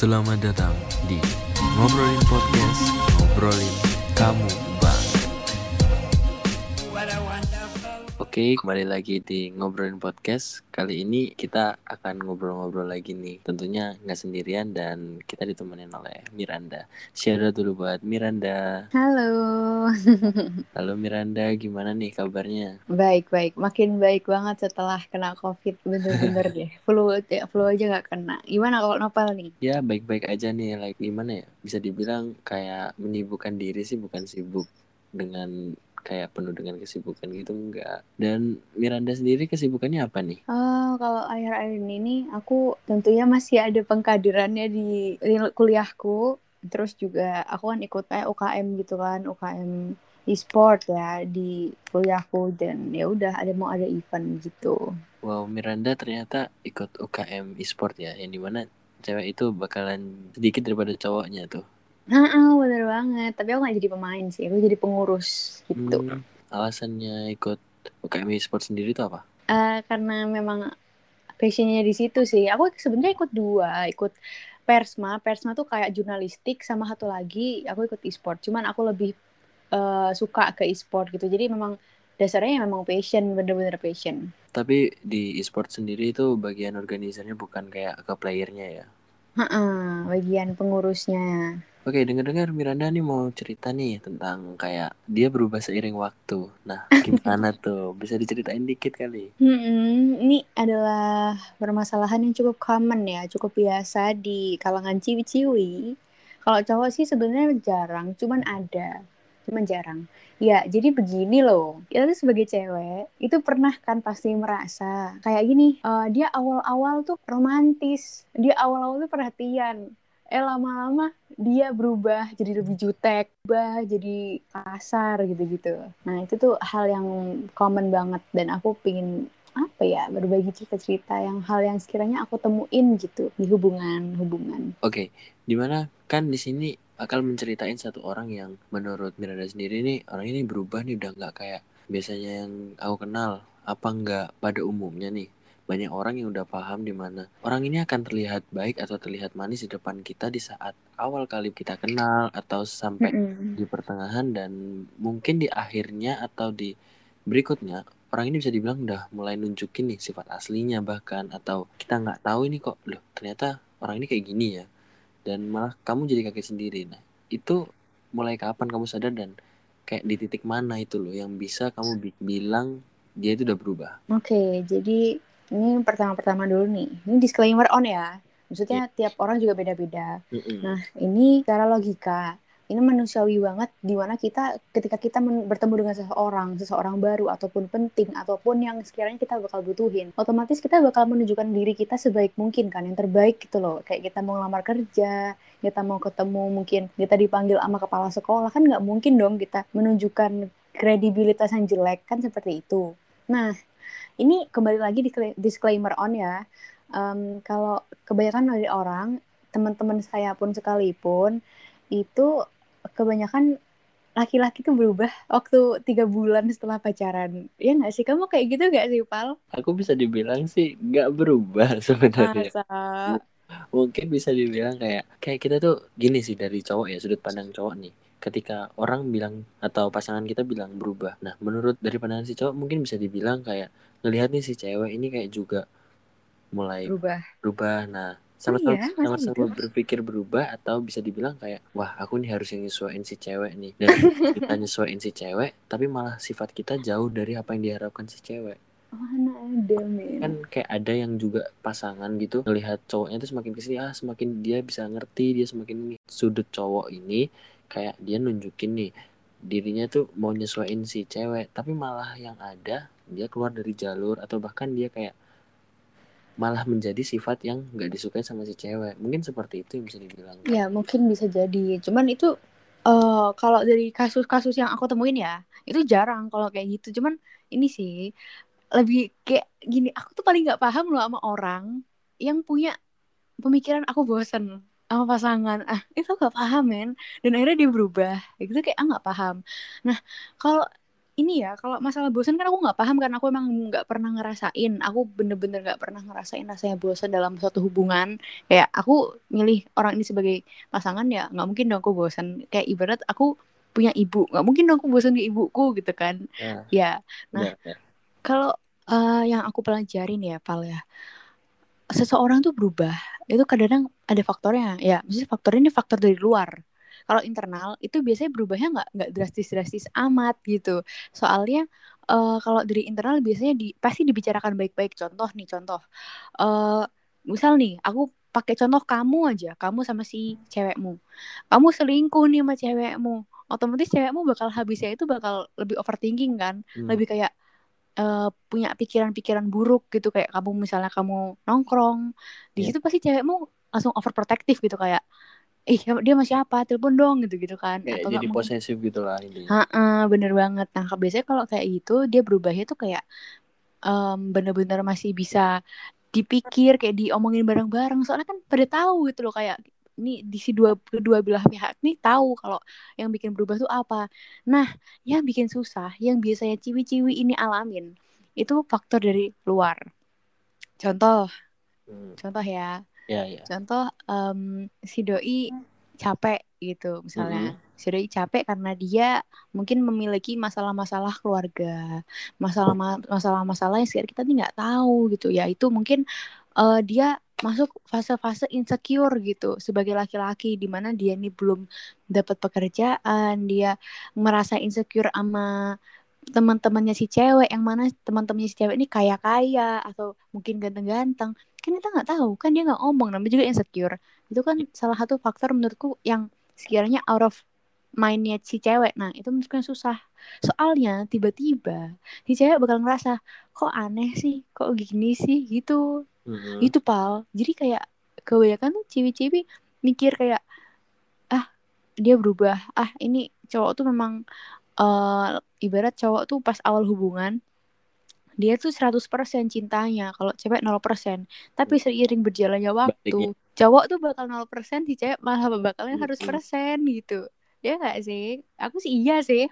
Selamat datang di Ngobrolin Podcast, ngobrolin kamu bang. Oke, kembali lagi di Ngobrolin Podcast. Kali ini kita akan ngobrol-ngobrol lagi nih. Tentunya nggak sendirian dan kita ditemenin oleh Miranda. Share dulu buat Miranda. Halo. Halo Miranda, gimana nih kabarnya? Baik. Makin baik banget setelah kena COVID. Bener-bener deh. Flu aja gak kena. Gimana kalau Nopal nih? Ya baik-baik aja nih, gimana ya? Bisa dibilang kayak menyibukkan diri sih, bukan sibuk dengan kayak penuh dengan kesibukan gitu, enggak. Dan Miranda sendiri kesibukannya apa nih? Kalau akhir-akhir ini aku tentunya masih ada pengkaderannya di kuliahku. Terus juga aku kan ikut kayak UKM gitu kan. UKM e-sport ya di kuliahku. Dan ya udah ada event gitu. Wow, Miranda ternyata ikut UKM e-sport ya, yang dimana cewek itu bakalan sedikit daripada cowoknya tuh. Bener banget. Tapi aku gak jadi pemain sih. Aku jadi pengurus gitu. Alasannya ikut UKM e-sport sendiri itu apa? Karena memang passionnya di situ sih. Aku sebenarnya ikut dua, ikut Persma. Persma tuh kayak jurnalistik sama satu lagi aku ikut e-sport. Cuman aku lebih suka ke e-sport gitu. Jadi memang dasarnya memang passion, bener-bener passion. Tapi di e-sport sendiri itu bagian organisasinya bukan kayak ke playernya ya? Bagian pengurusnya. Oke, dengar-dengar Miranda nih mau cerita nih tentang kayak dia berubah seiring waktu. Nah, gimana tuh? Bisa diceritain dikit kali? Ini adalah permasalahan yang cukup common ya, cukup biasa di kalangan ciwi-ciwi. Kalau cowok sih sebenarnya jarang, cuman jarang. Ya, jadi begini loh. Kita tuh sebagai cewek, itu pernah kan pasti merasa kayak gini, dia awal-awal tuh romantis, dia awal-awal tuh perhatian. Lama-lama dia berubah jadi lebih jutek, berubah jadi kasar gitu-gitu. Nah, itu tuh hal yang common banget dan aku pingin apa ya berbagi cerita-cerita yang hal yang sekiranya aku temuin gitu di hubungan. Oke, dimana kan di sini bakal menceritain satu orang yang menurut Miranda sendiri nih, orang ini berubah nih, udah nggak kayak biasanya yang aku kenal. Apa nggak pada umumnya nih? Banyak orang yang udah paham di mana orang ini akan terlihat baik atau terlihat manis di depan kita di saat awal kali kita kenal atau sampai Mm-mm. di pertengahan, dan mungkin di akhirnya atau di berikutnya orang ini bisa dibilang udah mulai nunjukin nih sifat aslinya, bahkan atau kita nggak tahu ini kok loh ternyata orang ini kayak gini ya, dan malah kamu jadi kaget sendiri. Nah, itu mulai kapan kamu sadar dan kayak di titik mana itu loh yang bisa kamu bilang dia itu udah berubah? Oke, jadi ini pertama-pertama dulu nih. Ini disclaimer on ya. Ya. Maksudnya tiap orang juga beda-beda. Mm-mm. Nah, ini secara logika. Ini manusiawi banget di mana kita ketika kita bertemu dengan seseorang baru ataupun penting ataupun yang sekiranya kita bakal butuhin, otomatis kita bakal menunjukkan diri kita sebaik mungkin kan, yang terbaik gitu loh. Kayak kita mau ngelamar kerja, kita mau ketemu, mungkin kita dipanggil sama kepala sekolah, kan nggak mungkin dong kita menunjukkan kredibilitas yang jelek kan seperti itu. Nah, ini kembali lagi di disclaimer on ya. Kalau kebanyakan dari orang, teman-teman saya pun sekalipun, itu kebanyakan laki-laki tuh berubah waktu 3 bulan setelah pacaran. Ya nggak sih? Kamu kayak gitu nggak sih, Pal? Aku bisa dibilang sih nggak berubah sebenarnya. Masa? Mungkin bisa dibilang kayak kita tuh gini sih, dari cowok ya, sudut pandang cowok nih. Ketika orang bilang atau pasangan kita bilang berubah, nah menurut dari pandangan si cowok mungkin bisa dibilang kayak ngelihat nih si cewek ini kayak juga mulai Berubah. berubah. Nah, Oh sama-sama iya, masa gitu? sama-sama berpikir berubah, atau bisa dibilang kayak wah aku nih harus yang nyesuaiin si cewek nih, dan kita nyesuaiin si cewek tapi malah sifat kita jauh dari apa yang diharapkan si cewek. Mana ada, men. Kan kayak ada yang juga pasangan gitu melihat cowoknya tuh semakin kesini, semakin dia bisa ngerti, dia semakin ini. Sudut cowok ini kayak dia nunjukin nih dirinya tuh mau nyesuaiin si cewek, tapi malah yang ada dia keluar dari jalur, atau bahkan dia kayak malah menjadi sifat yang nggak disukai sama si cewek. Mungkin seperti itu yang bisa dibilang. Ya, mungkin bisa jadi. Cuman itu kalau dari kasus-kasus yang aku temuin ya, itu jarang kalau kayak gitu. Cuman ini sih lebih kayak gini, aku tuh paling nggak paham loh sama orang yang punya pemikiran aku bosen sama pasangan. Itu nggak paham, men. Dan akhirnya dia berubah. Kayak gitu kayak nggak paham. Nah, kalau ini ya, kalau masalah bosan kan aku nggak paham karena aku emang nggak pernah ngerasain. Aku bener-bener nggak pernah ngerasain rasanya bosan dalam suatu hubungan. Kayak aku milih orang ini sebagai pasangan ya nggak mungkin dong aku bosan. Kayak ibarat aku punya ibu, nggak mungkin dong aku bosan ke ibuku gitu kan. Nah, Ya, nah benar. kalau yang aku pelajarin ya, Pal ya, seseorang tuh berubah itu kadang ada faktornya ya, misalnya faktornya ini faktor dari luar. Kalau internal itu biasanya berubahnya nggak drastis-drastis amat gitu, soalnya kalau dari internal biasanya pasti dibicarakan baik-baik. Contoh nih, contoh eh misal nih aku pakai contoh kamu aja, kamu sama si cewekmu, kamu selingkuh nih sama cewekmu, otomatis cewekmu bakal habisnya itu bakal lebih overthinking kan, Hmm, lebih kayak punya pikiran-pikiran buruk gitu. Kayak kamu misalnya kamu nongkrong di ya situ pasti cewekmu langsung overprotective gitu, kayak ih dia masih apa, telepon dong gitu gitu kan, kayak atau jadi enggak mungkin posesif gitulah intinya. bener banget. Nah biasanya kalau kayak gitu dia berubahnya tuh kayak bener-bener masih bisa dipikir, kayak diomongin bareng-bareng, soalnya kan pada tahu gitu loh, kayak ini di si kedua belah pihak nih tahu kalau yang bikin berubah tuh apa. Nah, yang bikin susah, yang biasanya ciwi-ciwi ini alamin, itu faktor dari luar. Contoh, Hmm, contoh ya, ya. contoh si doi capek gitu Mm-mm. misalnya. Si doi capek karena dia mungkin memiliki masalah-masalah keluarga, masalah-masalah yang sekarang kita nih nggak tahu gitu ya. Itu mungkin dia masuk fase-fase insecure gitu sebagai laki-laki, di mana dia nih belum dapat pekerjaan, dia merasa insecure sama teman-temannya si cewek, yang mana teman-temannya si cewek ini kaya-kaya atau mungkin ganteng-ganteng. Kan kita nggak tahu, kan dia nggak ngomong, namanya juga insecure. Itu kan salah satu faktor menurutku yang sekiranya out of mindnya si cewek. Nah itu menurutku yang susah, soalnya tiba-tiba si cewek bakal ngerasa kok aneh sih, kok gini sih gitu. Mm-mm. Itu Pal, jadi kayak kebanyakan tuh ciwi-ciwi mikir kayak ah dia berubah, ah ini cowok tuh memang ibarat cowok tuh pas awal hubungan dia tuh 100% cintanya, kalau cewek 0%. Tapi seiring berjalannya waktu, Baliknya. cowok tuh bakal 0%, si cewek malah bakalnya harus Mm-mm. persen gitu. Ya nggak sih? Aku sih iya sih.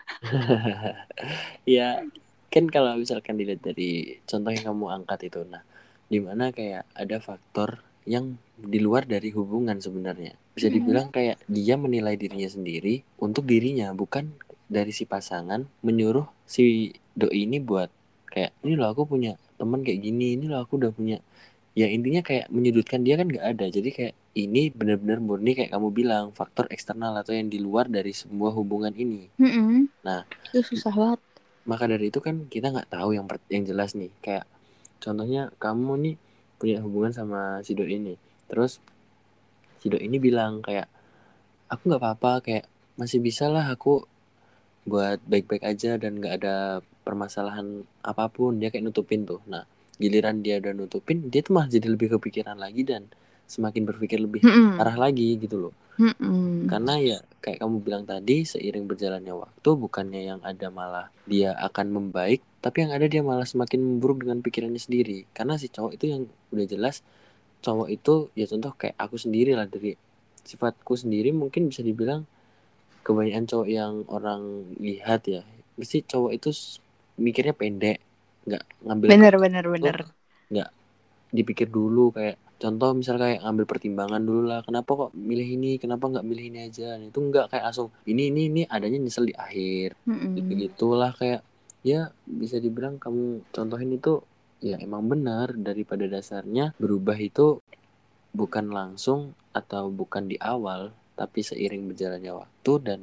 Ya, kan kalau misalkan dilihat dari contoh yang kamu angkat itu, nah, dimana kayak ada faktor yang di luar dari hubungan sebenarnya. Bisa Mm-mm. dibilang kayak dia menilai dirinya sendiri untuk dirinya, bukan dari si pasangan menyuruh si doi ini buat kayak ini loh aku punya teman kayak gini, ini loh aku udah punya. Ya intinya kayak menyudutkan dia kan nggak ada. Jadi kayak ini benar-benar murni kayak kamu bilang faktor eksternal atau yang di luar dari sebuah hubungan ini. Mm-mm. Nah, Itu susah banget. maka dari itu kan kita nggak tahu yang jelas nih. Kayak contohnya kamu nih punya hubungan sama si doi ini. Terus si doi ini bilang kayak aku nggak apa-apa, kayak masih bisa lah aku buat baik-baik aja dan nggak ada permasalahan apapun. Dia kayak nutupin tuh. Nah, giliran dia udah nutupin, dia tuh malah jadi lebih kepikiran lagi dan semakin berpikir lebih Mm-mm. parah lagi gitu loh. Mm-mm. Karena ya kayak kamu bilang tadi, seiring berjalannya waktu bukannya yang ada malah dia akan membaik, tapi yang ada dia malah semakin memburuk dengan pikirannya sendiri. Karena si cowok itu yang udah jelas, cowok itu ya contoh kayak aku sendiri lah, dari sifatku sendiri mungkin bisa dibilang kebanyakan cowok yang orang lihat ya, mesti cowok itu mikirnya pendek, nggak ngambil Bener, keputusan bener, tuh, bener. nggak dipikir dulu. Kayak contoh misal kayak ngambil pertimbangan dulu lah, kenapa kok milih ini, kenapa nggak milih ini aja. Nah, itu nggak kayak langsung ini adanya nyesel di akhir gitu Mm-mm. gitulah. Kayak ya bisa dibilang kamu contohin itu ya emang benar. Daripada dasarnya berubah itu bukan langsung atau bukan di awal, tapi seiring berjalannya waktu, dan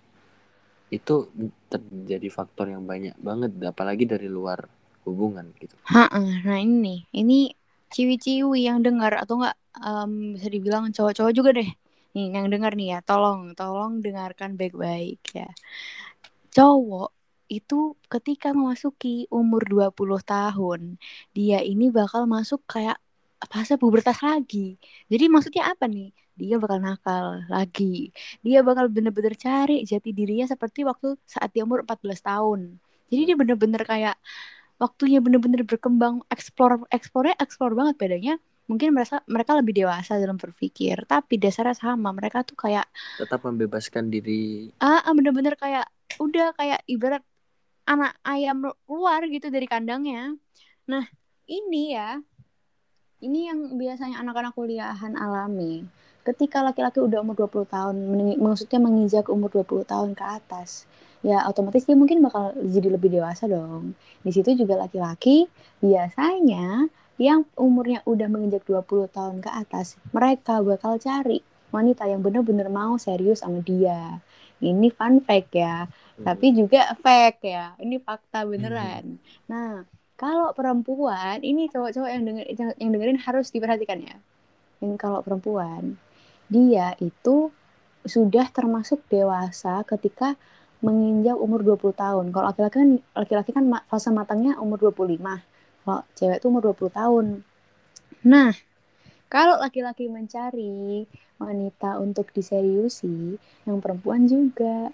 itu terjadi faktor yang banyak banget apalagi dari luar hubungan gitu. Nah ini ciwi-ciwi yang dengar atau enggak, bisa dibilang cowok-cowok juga deh. Nih yang dengar nih ya, tolong dengarkan baik-baik ya. Cowok itu ketika memasuki umur 20 tahun, dia ini bakal masuk kayak fase pubertas lagi. Jadi maksudnya apa nih? Dia bakal nakal lagi. Dia bakal bener-bener cari jati dirinya seperti waktu saat dia umur 14 tahun. Jadi Hmm. dia bener-bener kayak waktunya bener-bener berkembang, explore banget bedanya. Mungkin mereka lebih dewasa dalam berpikir, tapi dasarnya sama. Mereka tuh kayak Tetap membebaskan diri. bener-bener kayak udah kayak ibarat anak ayam keluar gitu dari kandangnya. Nah, ini ya, ini yang biasanya anak-anak kuliahan alami. Ketika laki-laki udah umur 20 tahun, maksudnya menginjak umur 20 tahun ke atas, ya otomatis dia mungkin bakal jadi lebih dewasa dong. Di situ juga laki-laki biasanya yang umurnya udah menginjak 20 tahun ke atas, mereka bakal cari wanita yang benar-benar mau serius sama dia. Ini fun fact ya, tapi juga fact ya. Ini fakta beneran. Nah, kalau perempuan, ini cowok-cowok yang dengerin harus diperhatikan ya. Yang kalau perempuan, dia itu sudah termasuk dewasa ketika menginjak umur 20 tahun. Kalau laki-laki kan fase matangnya umur 25. Kalau cewek itu umur 20 tahun. Nah, kalau laki-laki mencari wanita untuk diseriusi, yang perempuan juga.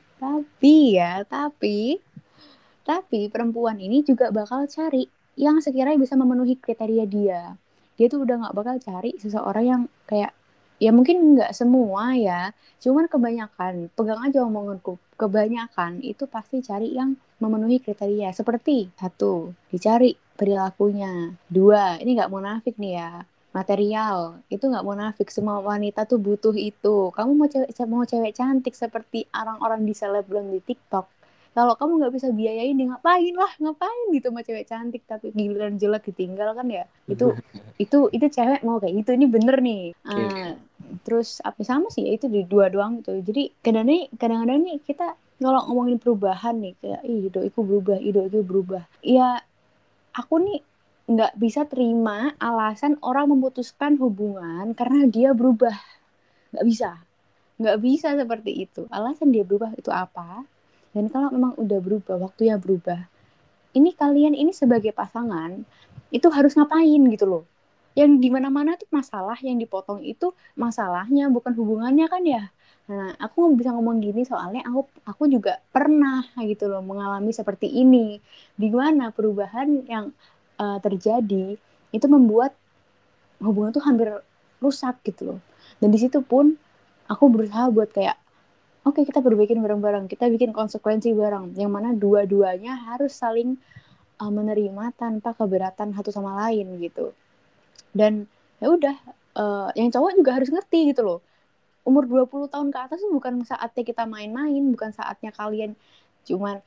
Tapi perempuan ini juga bakal cari yang sekiranya bisa memenuhi kriteria dia. Dia tuh udah nggak bakal cari seseorang yang kayak, ya mungkin nggak semua ya, cuman kebanyakan, pegang aja omonganku, kebanyakan itu pasti cari yang memenuhi kriteria. Seperti satu, dicari perilakunya. Dua, ini nggak munafik nih ya, material itu nggak munafik, semua wanita tuh butuh itu. Kamu mau cewek cantik seperti orang-orang di selebgram di TikTok, kalau kamu nggak bisa biayain ya ngapain lah, ngapain gitu sama cewek cantik tapi giliran jelek ditinggal kan ya, itu cewek mau kayak gitu, ini bener nih. Oke, oke. Terus apa sama sih ya, itu di dua doang tuh. Jadi kadang-kadang nih kita kalau ngomongin perubahan nih, kayak idoiku berubah ya, aku nih nggak bisa terima alasan orang memutuskan hubungan karena dia berubah. Nggak bisa nggak bisa seperti itu. Alasan dia berubah itu apa, dan kalau memang udah berubah, waktunya berubah, ini kalian ini sebagai pasangan itu harus ngapain gitu loh. Yang dimana-mana tuh masalah yang dipotong itu masalahnya, bukan hubungannya kan ya. Nah, aku bisa ngomong gini soalnya aku juga pernah gitu loh mengalami seperti ini, di mana perubahan yang terjadi itu membuat hubungan tuh hampir rusak gitu loh. Dan di situ pun aku berusaha buat kayak, oke, kita perbaikin bareng-bareng, kita bikin konsekuensi bareng, yang mana dua-duanya harus saling menerima tanpa keberatan satu sama lain gitu. Dan ya udah, yang cowok juga harus ngerti gitu loh. Umur 20 tahun ke atas itu bukan saatnya kita main-main, bukan saatnya kalian cuman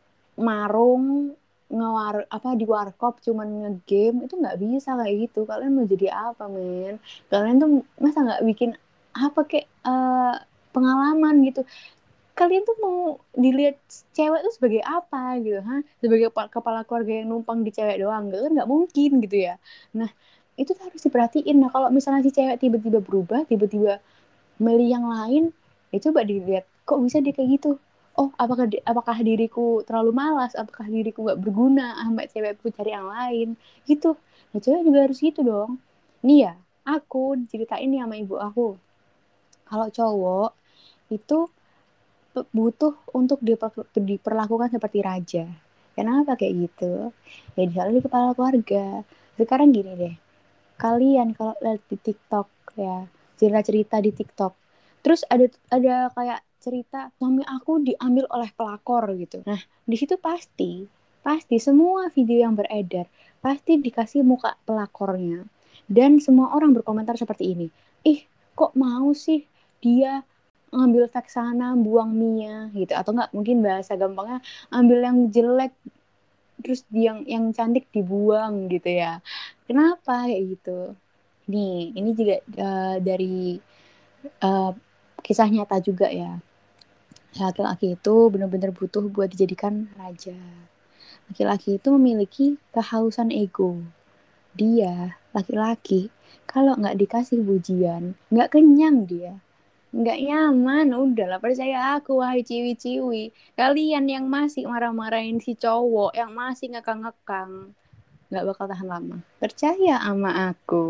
marung di warkop cuman ngegame, itu nggak bisa kayak gitu. Kalian mau jadi apa, men? Kalian tuh masa nggak bikin apa kayak pengalaman gitu. Kalian tuh mau dilihat cewek tuh sebagai apa gitu, sebagai kepala keluarga yang numpang di cewek doang, gitu kan nggak mungkin gitu ya. Nah, itu harus diperhatiin. Nah, kalau misalnya si cewek tiba-tiba berubah, tiba-tiba milih yang lain, ya coba dilihat, kok bisa dia kayak gitu. Oh, apakah diriku terlalu malas, apakah diriku nggak berguna sampai cewekku cari yang lain gitu. Nah, cewek juga harus gitu dong. Nih ya, aku diceritain nih sama ibu aku, kalau cowok itu butuh untuk diperlakukan seperti raja. Kenapa kayak gitu? Ya misalnya di kepala keluarga. Sekarang gini deh, kalian kalau lihat di TikTok ya, cerita-cerita di TikTok, terus ada kayak cerita suami aku diambil oleh pelakor gitu. Nah, di situ pasti pasti semua video yang beredar pasti dikasih muka pelakornya, dan semua orang berkomentar seperti ini. Ih, kok mau sih dia ngambil Vexana buang Mia gitu, atau enggak mungkin bahasa gampangnya ambil yang jelek terus yang cantik dibuang gitu ya. Kenapa kayak gitu? Ini juga dari uh, kisah nyata juga ya. Laki-laki itu benar-benar butuh buat dijadikan raja. Laki-laki itu memiliki kehausan ego. Dia laki-laki kalau nggak dikasih pujian nggak kenyang dia, nggak nyaman. Udahlah, percaya aku, wahai ciwi-ciwi, kalian yang masih marah-marahin si cowok yang masih ngekang-ngekang nggak bakal tahan lama. Percaya sama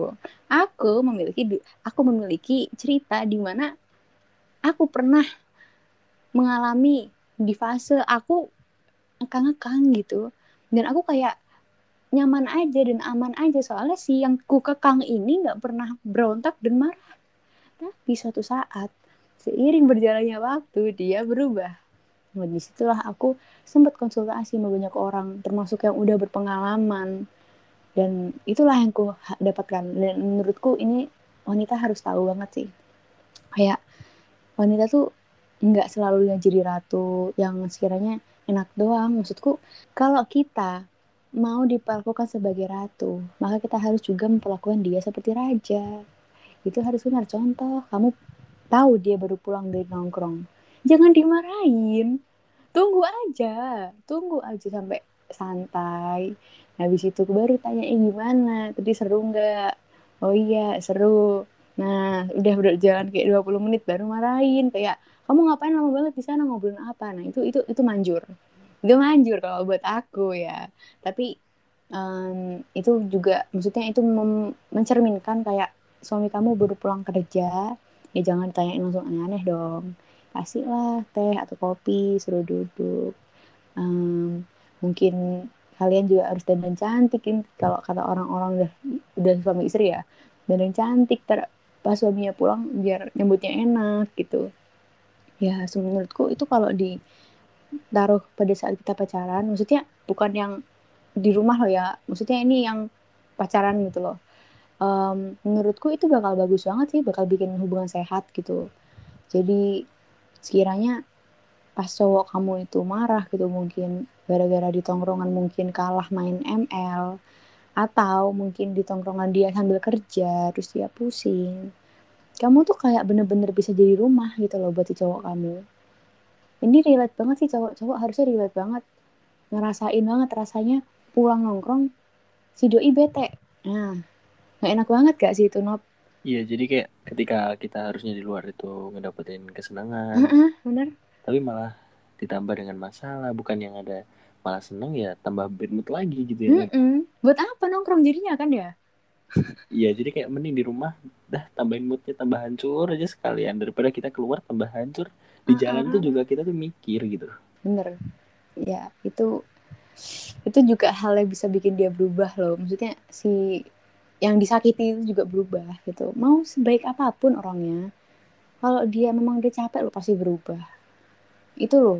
aku memiliki cerita di mana aku pernah mengalami di fase aku ngekang-ngekang gitu, dan aku kayak nyaman aja dan aman aja soalnya si yang ku kekang ini nggak pernah berontak dan marah. Tapi suatu saat, seiring berjalannya waktu, dia berubah. Nah, disitulah aku sempat konsultasi sama banyak orang, termasuk yang udah berpengalaman. Dan itulah yang aku dapatkan. Dan menurutku ini wanita harus tahu banget sih. Kayak wanita tuh nggak selalu yang jadi ratu, yang sekiranya enak doang. Maksudku, kalau kita mau diperlakukan sebagai ratu, maka kita harus juga memperlakukan dia seperti raja. Itu harus benar. Contoh, kamu tahu dia baru pulang dari nongkrong. Jangan dimarahin. Tunggu aja sampai santai. Habis itu baru tanya gimana, tadi seru nggak? Oh iya, seru. Nah, udah berjalan kayak 20 menit baru marahin kayak kamu ngapain lama banget di sana ngobrolin apa? Nah, itu manjur. Itu manjur kalau buat aku ya. Tapi itu juga maksudnya itu mencerminkan kayak suami kamu baru pulang kerja, ya jangan ditanyain langsung aneh-aneh dong. Kasihlah teh atau kopi, suruh duduk. um, Mungkin kalian juga harus dandan cantik kalau kata orang-orang udah suami istri ya, dandan cantik pas suaminya pulang biar nyambutnya enak gitu. Ya menurutku itu kalau ditaruh pada saat kita pacaran, maksudnya bukan yang di rumah loh ya, maksudnya ini yang pacaran gitu loh. Menurutku itu bakal bagus banget sih, bakal bikin hubungan sehat gitu. Jadi sekiranya pas cowok kamu itu marah gitu, mungkin gara-gara di tongkrongan mungkin kalah main ML, atau mungkin di tongkrongan dia sambil kerja terus dia pusing, kamu tuh kayak bener-bener bisa jadi rumah gitu loh buat si cowok kamu. Ini relate banget sih, cowok-cowok harusnya relate banget, ngerasain banget rasanya pulang nongkrong si doi bete. Nah, nggak enak banget gak sih itu, Nop? Iya, jadi kayak ketika kita harusnya di luar itu ngedapetin kesenangan, Bener. tapi malah ditambah dengan masalah, bukan yang ada malah seneng ya tambah bad mood lagi gitu ya kan. Buat apa nongkrong jadinya kan ya? Iya, jadi kayak mending di rumah dah tambahin moodnya tambah hancur aja sekalian daripada kita keluar tambah hancur. Di jalan tuh juga kita tuh mikir gitu. Bener. Ya, itu juga hal yang bisa bikin dia berubah loh. Maksudnya si yang disakiti itu juga berubah gitu. Mau sebaik apapun orangnya, kalau dia memang dia capek loh pasti berubah. Itu loh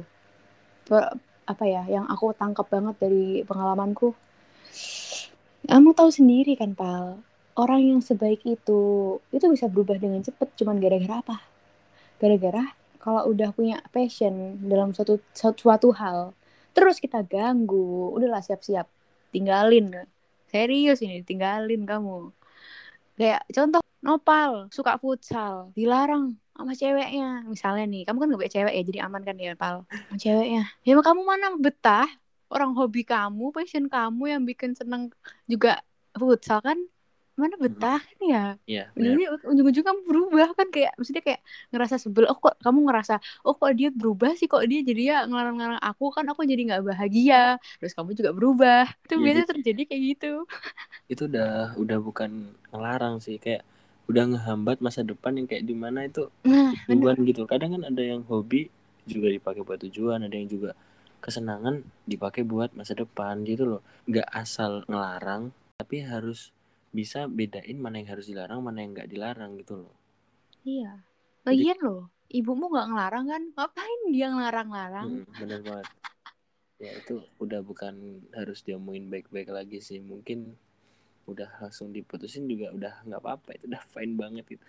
apa ya yang aku tangkap banget dari pengalamanku. Kamu tahu sendiri kan, Pal. Orang yang sebaik itu bisa berubah dengan cepat cuman gara-gara apa? Gara-gara kalau udah punya passion dalam suatu hal, terus kita ganggu, udahlah siap-siap, tinggalin. Serius ini, tinggalin kamu. Kayak contoh, Nopal suka futsal, dilarang sama ceweknya. Misalnya nih, kamu kan gak punya cewek ya, jadi aman kan ya, Pal. Sama ceweknya. Ya emang kamu mana betah? Orang hobi kamu, passion kamu yang bikin seneng juga futsal kan? Mana betah kan ya? Iya, benar. Ujung-ujungnya ujung-ujung kamu berubah kan, kayak maksudnya kayak ngerasa sebel. Oh kok kamu ngerasa, oh kok dia berubah sih, kok dia jadi ya ngelarang-ngelarang aku, kan aku jadi nggak bahagia. Terus kamu juga berubah. Itu Iya, biasanya jadi terjadi kayak gitu. itu udah bukan ngelarang sih, kayak udah ngehambat masa depan yang kayak di mana itu Nah, tujuan bener. gitu. Kadang kan ada yang hobi juga dipakai buat tujuan, ada yang juga kesenangan dipakai buat masa depan gitu loh. Nggak asal ngelarang, tapi harus bisa bedain mana yang harus dilarang, mana yang nggak dilarang gitu loh. Iya. Jadi Lagian loh, ibumu nggak ngelarang kan? Ngapain dia ngelarang-larang? bener banget. Ya itu udah bukan harus diomongin baik-baik lagi sih. Mungkin udah langsung diputusin juga udah nggak apa-apa, itu udah fine banget gitu.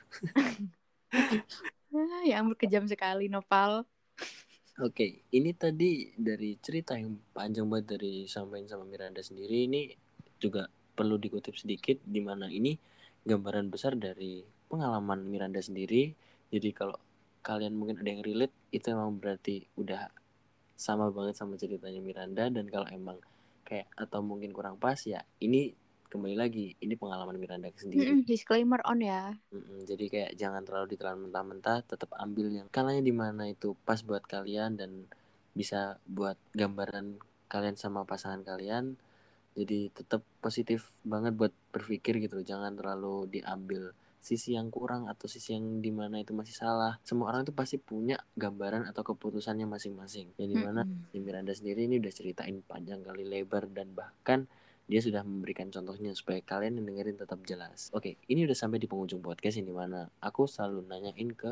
Ya ampun, kejam sekali, Nopal. Oke, ini tadi dari cerita yang panjang banget dari sampaikan sama Miranda sendiri, ini juga perlu dikutip sedikit di mana ini gambaran besar dari pengalaman Miranda sendiri. Jadi kalau kalian mungkin ada yang relate, itu emang berarti udah sama banget sama ceritanya Miranda, dan kalau emang kayak atau mungkin kurang pas ya ini kembali lagi ini pengalaman Miranda sendiri. Disclaimer on ya. Jadi kayak jangan terlalu ditelan mentah-mentah, tetap ambil yang kalanya di mana itu pas buat kalian dan bisa buat gambaran kalian sama pasangan kalian. Jadi tetap positif banget buat berpikir gitu, jangan terlalu diambil sisi yang kurang atau sisi yang dimana itu masih salah. Semua orang itu pasti punya gambaran atau keputusannya masing-masing, yang dimana si Miranda sendiri ini udah ceritain panjang kali lebar dan bahkan dia sudah memberikan contohnya supaya kalian yang dengerin tetap jelas. Oke, ini udah sampai di penghujung podcast, yang dimana aku selalu nanyain ke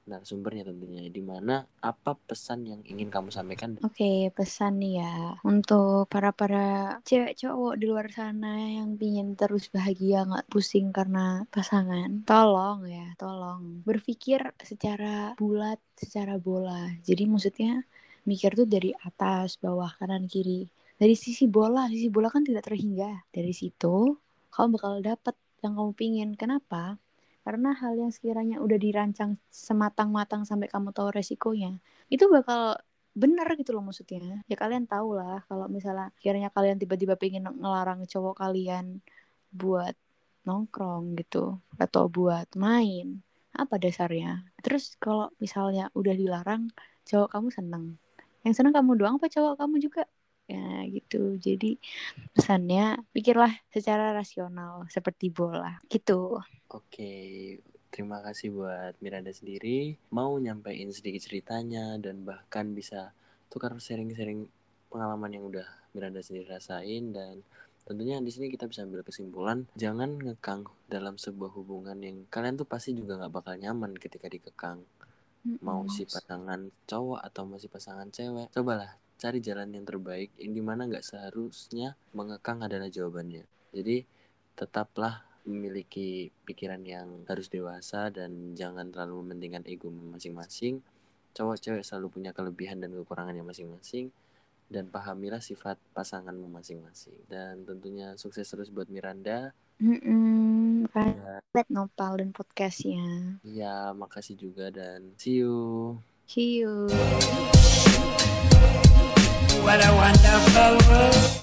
narasumbernya tentunya, di mana apa pesan yang ingin kamu sampaikan. Oke, pesan nih ya untuk para cewek cowok di luar sana yang pingin terus bahagia, nggak pusing karena pasangan. Tolong ya, tolong berpikir secara bulat, secara bola. Jadi maksudnya mikir tuh dari atas, bawah, kanan, kiri. Dari sisi bola kan tidak terhingga. Dari situ kamu bakal dapet yang kamu pingin. Kenapa? Karena hal yang sekiranya udah dirancang sematang-matang sampai kamu tahu resikonya, itu bakal bener gitu loh maksudnya. Ya kalian tahu lah kalau misalnya kiranya kalian tiba-tiba pengen ngelarang cowok kalian buat nongkrong gitu atau buat main, apa dasarnya? Terus kalau misalnya udah dilarang, cowok kamu seneng. Yang seneng kamu doang apa cowok kamu juga? Ya gitu. Jadi pesannya pikirlah secara rasional seperti bola gitu. Oke, terima kasih buat Miranda sendiri mau nyampein sedikit ceritanya dan bahkan bisa tukar sharing-sharing pengalaman yang udah Miranda sendiri rasain. Dan tentunya di sini kita bisa ambil kesimpulan, jangan ngekang dalam sebuah hubungan yang kalian tuh pasti juga nggak bakal nyaman ketika dikekang. Mau si pasangan cowok atau masih pasangan cewek, cobalah cari jalan yang terbaik yang dimana nggak seharusnya mengekang adalah jawabannya. Jadi tetaplah memiliki pikiran yang harus dewasa dan jangan terlalu mementingkan ego masing-masing. Cowok cewek selalu punya kelebihan dan kekurangannya masing-masing, dan pahamilah sifat pasanganmu masing-masing. Dan tentunya sukses terus buat Miranda. Kan Ya, lihat Nopal dan podcastnya. ya, makasih juga dan see you. See you. What a wonderful world.